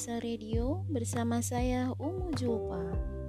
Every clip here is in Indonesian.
Nuansa Radio bersama saya Umu Julpa.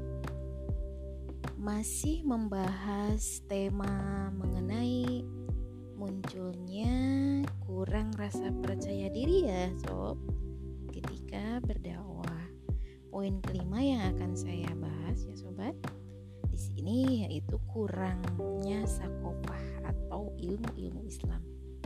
Masih membahas tema mengenai munculnya kurang rasa percaya diri ya sob ketika berdakwah. Poin kelima yang akan saya bahas ya sobat di sini yaitu kurangnya sakofah atau ilmu Islam.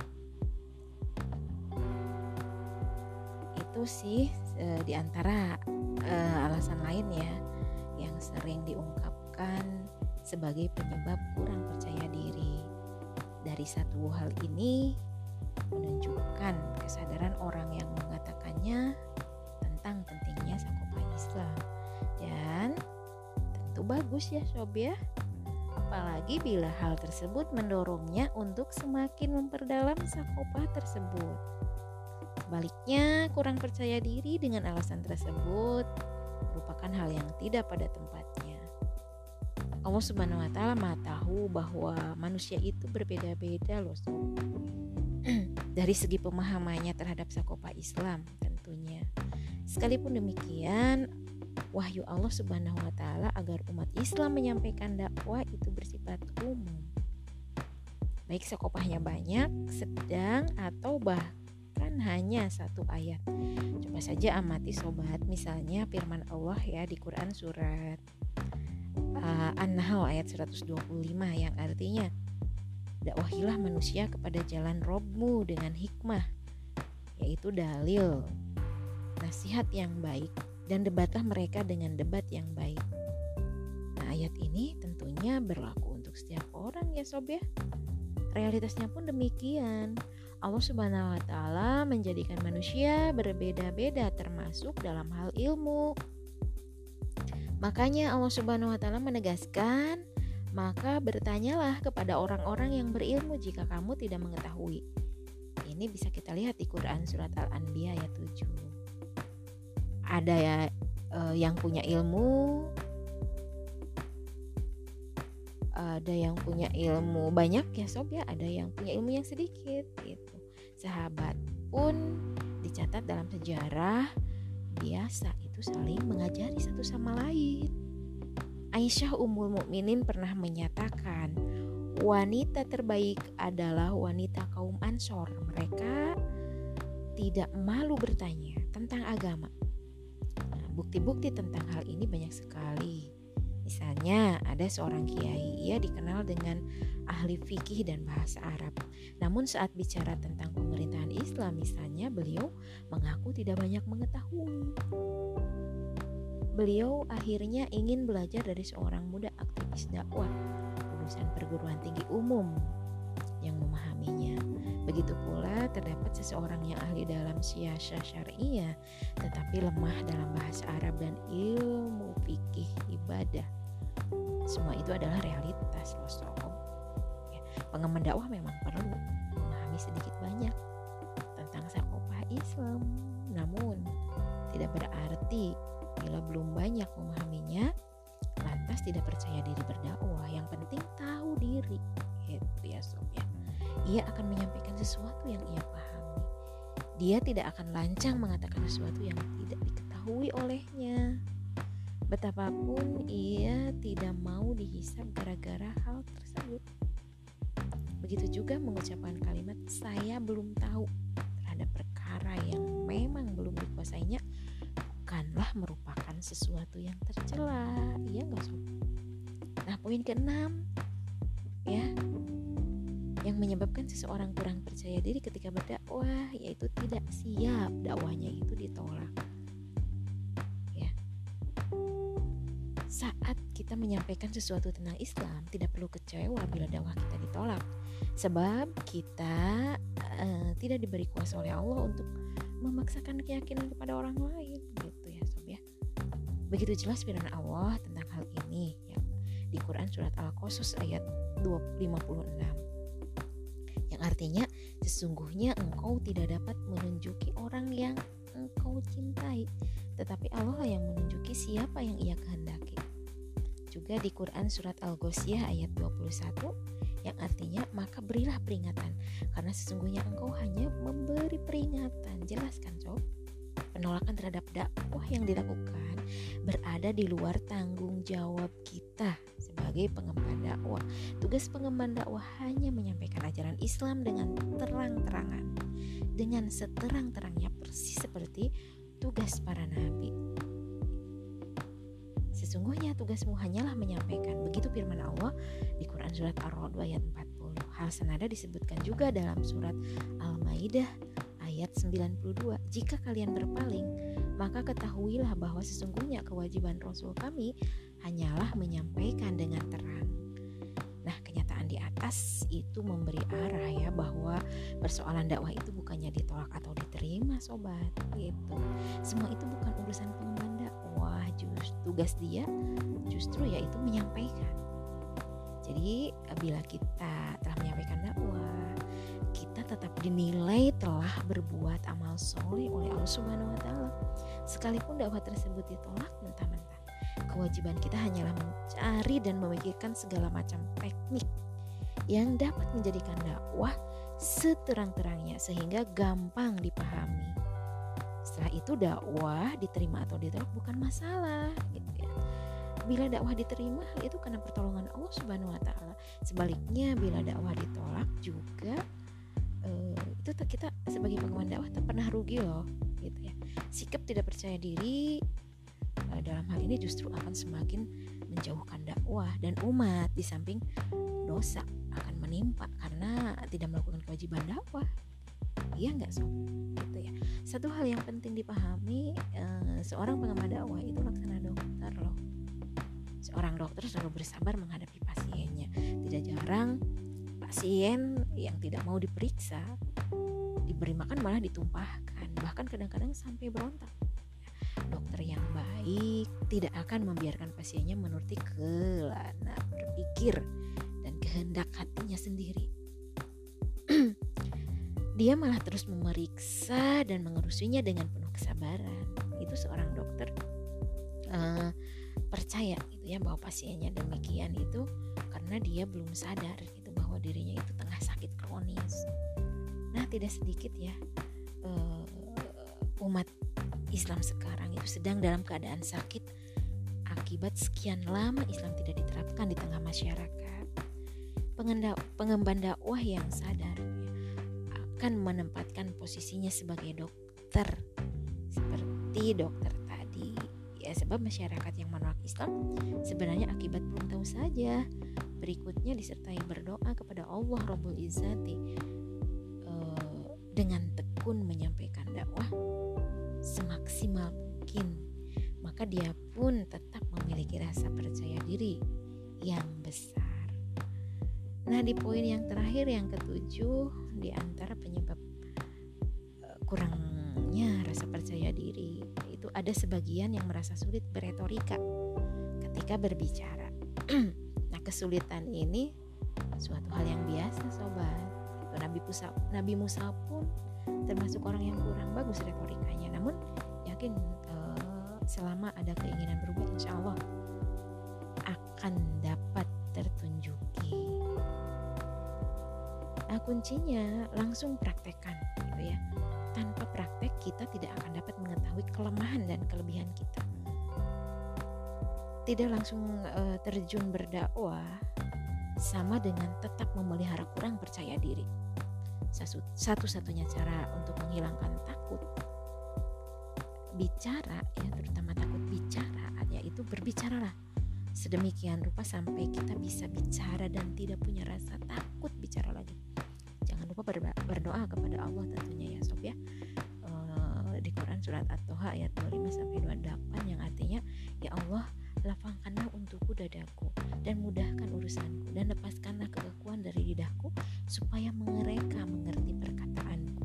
Itu sih di antara alasan lain ya yang sering diungkapkan sebagai penyebab kurang percaya diri. Dari satu hal ini menunjukkan kesadaran orang yang mengatakannya tentang pentingnya sakofah Islam. Dan tentu bagus ya sob ya, apalagi bila hal tersebut mendorongnya untuk semakin memperdalam sakofah tersebut. Sebaliknya, kurang percaya diri dengan alasan tersebut merupakan hal yang tidak pada tempatnya. Allah Subhanahu wa Ta'ala Maha tahu bahwa manusia itu berbeda-beda loh sob. Dari segi pemahamannya terhadap sakofah Islam tentunya. Sekalipun demikian, wahyu Allah Subhanahu wa Ta'ala agar umat Islam menyampaikan dakwah itu bersifat umum. Baik sakofahnya banyak, sedang, atau bahkan hanya satu ayat. Coba saja amati sobat, misalnya firman Allah ya di Quran surat An-Nahl ayat 125 yang artinya, dakwahilah manusia kepada jalan Robmu dengan hikmah, yaitu dalil, nasihat yang baik, dan debatlah mereka dengan debat yang baik. Nah, ayat ini tentunya berlaku untuk setiap orang ya sob ya. Realitasnya pun demikian. Allah Subhanahu wa Ta'ala menjadikan manusia berbeda-beda termasuk dalam hal ilmu. Makanya Allah Subhanahu wa Ta'ala menegaskan, maka bertanyalah kepada orang-orang yang berilmu jika kamu tidak mengetahui. Ini bisa kita lihat di Quran surat Al-Anbiya ayat 7. Ada ya yang punya ilmu, ada yang punya ilmu banyak ya sob ya, ada yang punya ilmu yang sedikit gitu. Sahabat pun dicatat dalam sejarah biasa itu saling mengajari satu sama lain. Aisyah Ummul Mukminin pernah menyatakan, wanita terbaik adalah wanita kaum Ansor. Mereka tidak malu bertanya tentang agama. Nah, bukti-bukti tentang hal ini banyak sekali. Misalnya ada seorang kiai, ia dikenal dengan ahli fikih dan bahasa Arab. Namun saat bicara tentang pemerintahan Islam misalnya, beliau mengaku tidak banyak mengetahui. Beliau akhirnya ingin belajar dari seorang muda aktivis dakwah, lulusan perguruan tinggi umum yang memahaminya. Begitu pula terdapat seseorang yang ahli dalam siasah syariah tetapi lemah dalam bahasa Arab dan ilmu fikih ibadah. Semua itu adalah realitas loh sob. Ya, pengemban dakwah memang perlu memahami sedikit banyak tentang sakofah Islam. Namun tidak berarti bila belum banyak memahaminya lantas tidak percaya diri berdakwah. Yang penting tahu diri. Itu ya sob ya. Ia akan menyampaikan sesuatu yang ia pahami. Dia tidak akan lancang mengatakan sesuatu yang tidak diketahui olehnya. Betapapun ia tidak mau dihisab gara-gara hal tersebut. Begitu juga mengucapkan kalimat saya belum tahu terhadap perkara yang memang belum dikuasainya bukanlah merupakan sesuatu yang tercela. Iya gak sob? Nah, poin keenam ya, yang menyebabkan seseorang kurang percaya diri ketika berdakwah yaitu tidak siap dakwahnya itu ditolak. Ya. Saat kita menyampaikan sesuatu tentang Islam, tidak perlu kecewa bila dakwah kita ditolak. Sebab kita tidak diberi kuasa oleh Allah untuk memaksakan keyakinan kepada orang lain gitu ya sob ya. Begitu jelas firman Allah tentang hal ini ya, di Quran surat Al-Qasas ayat 56. Yang artinya sesungguhnya engkau tidak dapat menunjuki orang yang engkau cintai, tetapi Allah yang menunjuki siapa yang ia kehendaki. Juga di Quran surat Al-Ghasyiyah ayat 21 yang artinya maka berilah peringatan karena sesungguhnya engkau hanya memberi peringatan. Jelas kan sob? penolakan terhadap dakwah yang dilakukan berada di luar tanggung jawab kita sebagai pengemban dakwah. Tugas pengemban dakwah hanya menyampaikan ajaran Islam dengan terang-terangan, dengan seterang-terangnya, persis seperti tugas para nabi. Sesungguhnya tugasmu hanyalah menyampaikan. Begitu firman Allah di Quran surat Ar-Ra'd ayat 40. Hal senada disebutkan juga dalam surat Al-Maidah ayat 92. Jika kalian berpaling, maka ketahuilah bahwa sesungguhnya kewajiban Rasul kami hanyalah menyampaikan dengan terang. Nah, kenyataan di atas itu memberi arah ya bahwa persoalan dakwah itu bukannya ditolak atau diterima, sobat. Gitu. Semua itu bukan urusan pengemban dakwah. Tugas dia justru yaitu menyampaikan. Jadi bila kita telah menyampaikan dakwah, kita tetap dinilai telah berbuat amal soleh oleh Allah Subhanahu wa Ta'ala. Sekalipun dakwah tersebut ditolak mentah-mentah, kewajiban kita hanyalah mencari dan memikirkan segala macam teknik yang dapat menjadikan dakwah seterang-terangnya sehingga gampang dipahami. Setelah itu dakwah diterima atau ditolak bukan masalah gitu ya. Bila dakwah diterima, hal itu karena pertolongan Allah Subhanahu wa Ta'ala. Sebaliknya bila dakwah ditolak juga itu kita sebagai pengemban dakwah tak pernah rugi loh gitu ya. Sikap tidak percaya diri dalam hal ini justru akan semakin menjauhkan dakwah dan umat, di samping dosa akan menimpa karena tidak melakukan kewajiban dakwah. Iya nggak sob? Gitu ya. Satu hal yang penting dipahami, seorang pengemban dakwah itu laksana dokter loh. Seorang dokter selalu bersabar menghadapi pasiennya. Tidak jarang pasien yang tidak mau diperiksa diberi makan malah ditumpahkan, bahkan kadang-kadang sampai berontak. Dokter yang baik tidak akan membiarkan pasiennya menuruti kelana berpikir dan kehendak hatinya sendiri. Dia malah terus memeriksa dan mengurusinya dengan penuh kesabaran. Itu seorang dokter percaya gitu ya bahwa pasiennya demikian itu karena dia belum sadar gitu bahwa dirinya itu tengah sakit kronis. Nah, tidak sedikit ya umat Islam sekarang itu sedang dalam keadaan sakit akibat sekian lama Islam tidak diterapkan di tengah masyarakat. Pengemban dakwah yang sadar akan menempatkan posisinya sebagai dokter seperti dokter tadi ya, sebab masyarakat yang menolak Islam sebenarnya akibat belum tahu saja. Berikutnya disertai berdoa kepada Allah Rabbul Izzati dengan tekun menyampaikan dakwah semaksimal mungkin, maka dia pun tetap memiliki rasa percaya diri yang besar. Nah, di poin yang terakhir, yang ketujuh, di antara penyebab kurangnya rasa percaya diri itu ada sebagian yang merasa sulit berretorika ketika berbicara. Nah, kesulitan ini suatu hal yang biasa, sobat. Nabi Musa pun termasuk orang yang kurang bagus retorikanya. Namun yakin selama ada keinginan berubah, insya Allah akan dapat tertunjuki. Nah, kuncinya langsung praktekkan gitu ya. Tanpa praktek kita tidak akan dapat mengetahui kelemahan dan kelebihan kita. Tidak langsung terjun berdakwah sama dengan tetap memelihara kurang percaya diri. Satu-satunya cara untuk menghilangkan takut bicara ya, terutama takut bicara, yaitu berbicaralah sedemikian rupa sampai kita bisa bicara dan tidak punya rasa takut bicara lagi. Jangan lupa berdoa kepada Allah tentunya ya sob ya. Di Quran surat At-Toha ayat 25-28 yang artinya, ya Allah, lapangkanlah untukku dadaku dan mudahkan urusanku dan lepaskanlah kekakuan dari lidahku supaya mereka mengerti perkataanku.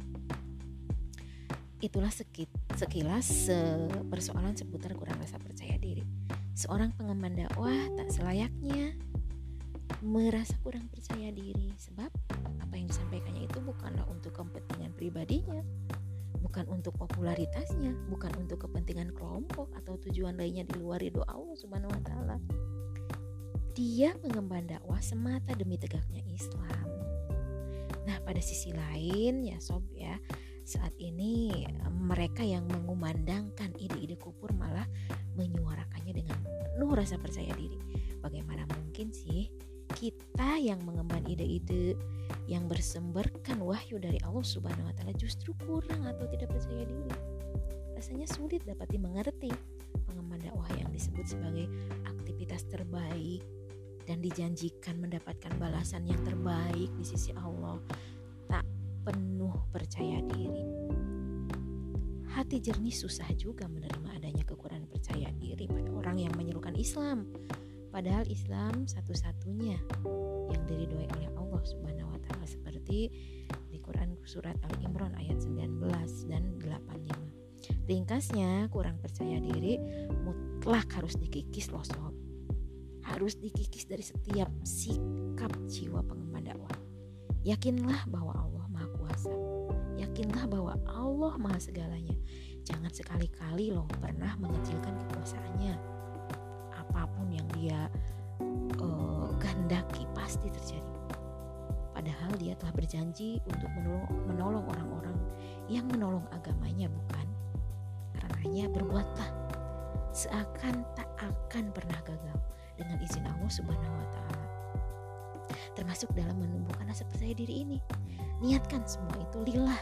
Itulah sekilas persoalan seputar kurang rasa percaya diri. Seorang pengemban dakwah tak selayaknya merasa kurang percaya diri, sebab apa yang disampaikannya itu bukanlah untuk kepentingan pribadinya, bukan untuk popularitasnya, bukan untuk kepentingan kelompok atau tujuan lainnya di luar ridho Allah Subhanahu wa Ta'ala. Dia mengemban dakwah semata demi tegaknya Islam. Nah, pada sisi lain ya sob ya, Saat ini mereka yang mengumandangkan ide-ide kufur malah menyuarakannya dengan penuh rasa percaya diri. Bagaimana mungkin sih kita yang mengemban ide-ide yang bersumberkan wahyu dari Allah Subhanahu wa taala justru kurang atau tidak percaya diri? Rasanya sulit dapat dimengerti pengemban dakwah yang disebut sebagai aktivitas terbaik dan dijanjikan mendapatkan balasan yang terbaik di sisi Allah tak penuh percaya diri. Hati jernih susah juga menerima adanya kekurangan percaya diri pada orang yang menyerukan Islam. Padahal Islam satu-satunya yang diridhoi oleh Allah Subhanahu wa taala, seperti di Quran surat Al-Imran ayat 19 dan 85. Ringkasnya, kurang percaya diri mutlak harus dikikis loh sob. Harus dikikis dari setiap sikap jiwa pengemban dakwah. Yakinlah bahwa Allah Maha Kuasa. Yakinlah bahwa Allah Maha Segalanya. Jangan sekali-kali loh pernah mengecilkan kekuasaannya. Apapun yang dia kehendaki pasti terjadi. Padahal dia telah berjanji untuk menolong orang-orang yang menolong agamanya, bukan? Karenanya berbuatlah seakan tak akan pernah gagal dengan izin Allah Subhanahu wa taala. Termasuk dalam menumbuhkan rasa percaya diri ini. Niatkan semua itu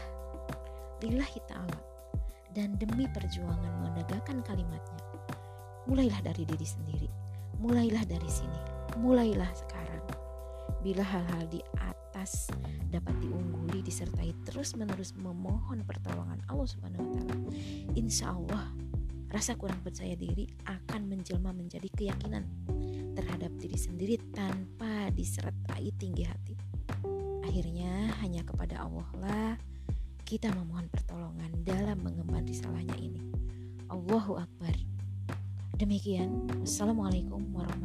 lillahi ta'ala, dan demi perjuangan menegakkan kalimatnya. Mulailah dari diri sendiri, mulailah dari sini, mulailah sekarang. Bila hal-hal di atas dapat diungguli disertai terus-menerus memohon pertolongan Allah Subhanahu wa taala, insya Allah rasa kurang percaya diri akan menjelma menjadi keyakinan terhadap diri sendiri tanpa disertai tinggi hati. Akhirnya hanya kepada Allah lah kita memohon pertolongan dalam mengemban risalahnya ini. Allahu Akbar. Demikian. Assalamualaikum warahmatullahi wabarakatuh.